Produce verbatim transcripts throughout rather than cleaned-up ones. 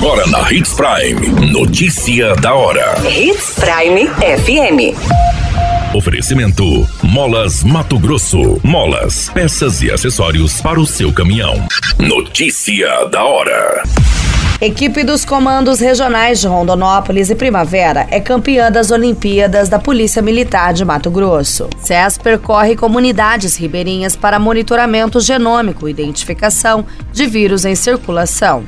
Agora na Hits Prime. Notícia da hora. Hits Prime F M. Oferecimento: Molas Mato Grosso. Molas, peças e acessórios para o seu caminhão. Notícia da hora. Equipe dos Comandos Regionais de Rondonópolis e Primavera é campeã das Olimpíadas da Polícia Militar de Mato Grosso. C E S percorre comunidades ribeirinhas para monitoramento genômico e identificação de vírus em circulação.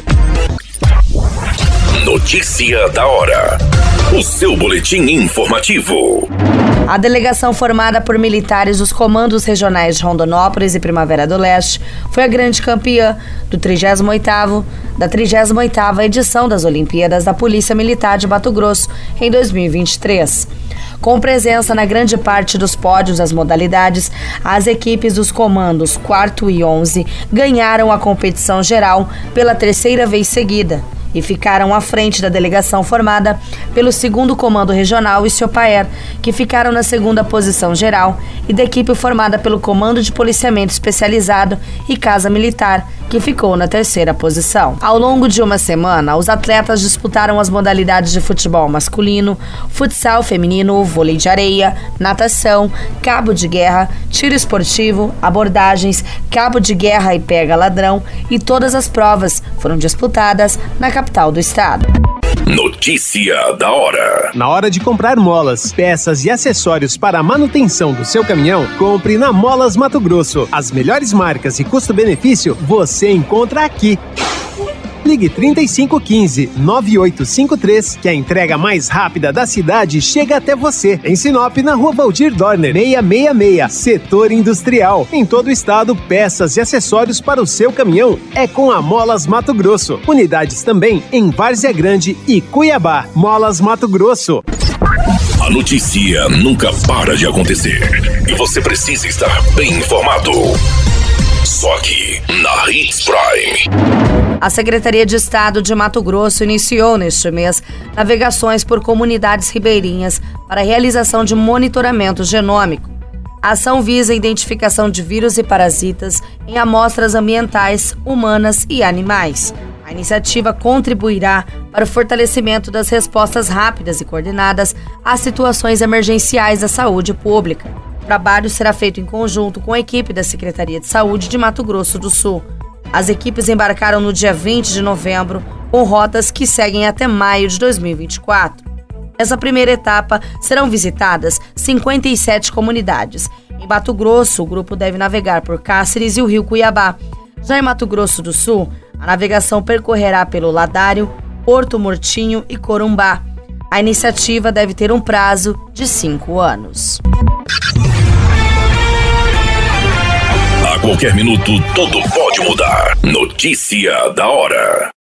Notícia da hora. O seu boletim informativo. A delegação formada por militares dos Comandos Regionais de Rondonópolis e Primavera do Leste foi a grande campeã do trigésimo oitavo, da trigésima oitava edição das Olimpíadas da Polícia Militar de Mato Grosso em dois mil e vinte e três. Com presença na grande parte dos pódios das modalidades, as equipes dos comandos quarto e onze ganharam a competição geral pela terceira vez seguida e ficaram à frente da delegação formada pelo segundo Comando Regional e Siopaer, que ficaram na segunda posição geral, e da equipe formada pelo Comando de Policiamento Especializado e Casa Militar, que ficou na terceira posição. Ao longo de uma semana, os atletas disputaram as modalidades de futebol masculino, futsal feminino, vôlei de areia, natação, cabo de guerra, tiro esportivo, abordagens, cabo de guerra e pega-ladrão, e todas as provas foram disputadas na capital do estado. Notícia da hora. Na hora de comprar molas, peças e acessórios para a manutenção do seu caminhão, compre na Molas Mato Grosso. As melhores marcas e custo-benefício você encontra aqui. Ligue trinta e cinco quinze, nove oito cinco três, que a entrega mais rápida da cidade chega até você. Em Sinop, na Rua Valdir Dorner, seiscentos e sessenta e seis, Setor Industrial. Em todo o estado, peças e acessórios para o seu caminhão é com a Molas Mato Grosso. Unidades também em Várzea Grande e Cuiabá. Molas Mato Grosso. A notícia nunca para de acontecer e você precisa estar bem informado. Só aqui na Hits Prime. A Secretaria de Estado de Mato Grosso iniciou neste mês navegações por comunidades ribeirinhas para a realização de monitoramento genômico. A ação visa a identificação de vírus e parasitas em amostras ambientais, humanas e animais. A iniciativa contribuirá para o fortalecimento das respostas rápidas e coordenadas às situações emergenciais da saúde pública. O trabalho será feito em conjunto com a equipe da Secretaria de Saúde de Mato Grosso do Sul. As equipes embarcaram no dia vinte de novembro, com rotas que seguem até maio de dois mil e vinte e quatro. Nessa primeira etapa, serão visitadas cinquenta e sete comunidades. Em Mato Grosso, o grupo deve navegar por Cáceres e o rio Cuiabá. Já em Mato Grosso do Sul, a navegação percorrerá pelo Ladário, Porto Murtinho e Corumbá. A iniciativa deve ter um prazo de cinco anos. A qualquer minuto, tudo pode mudar. Notícia da hora.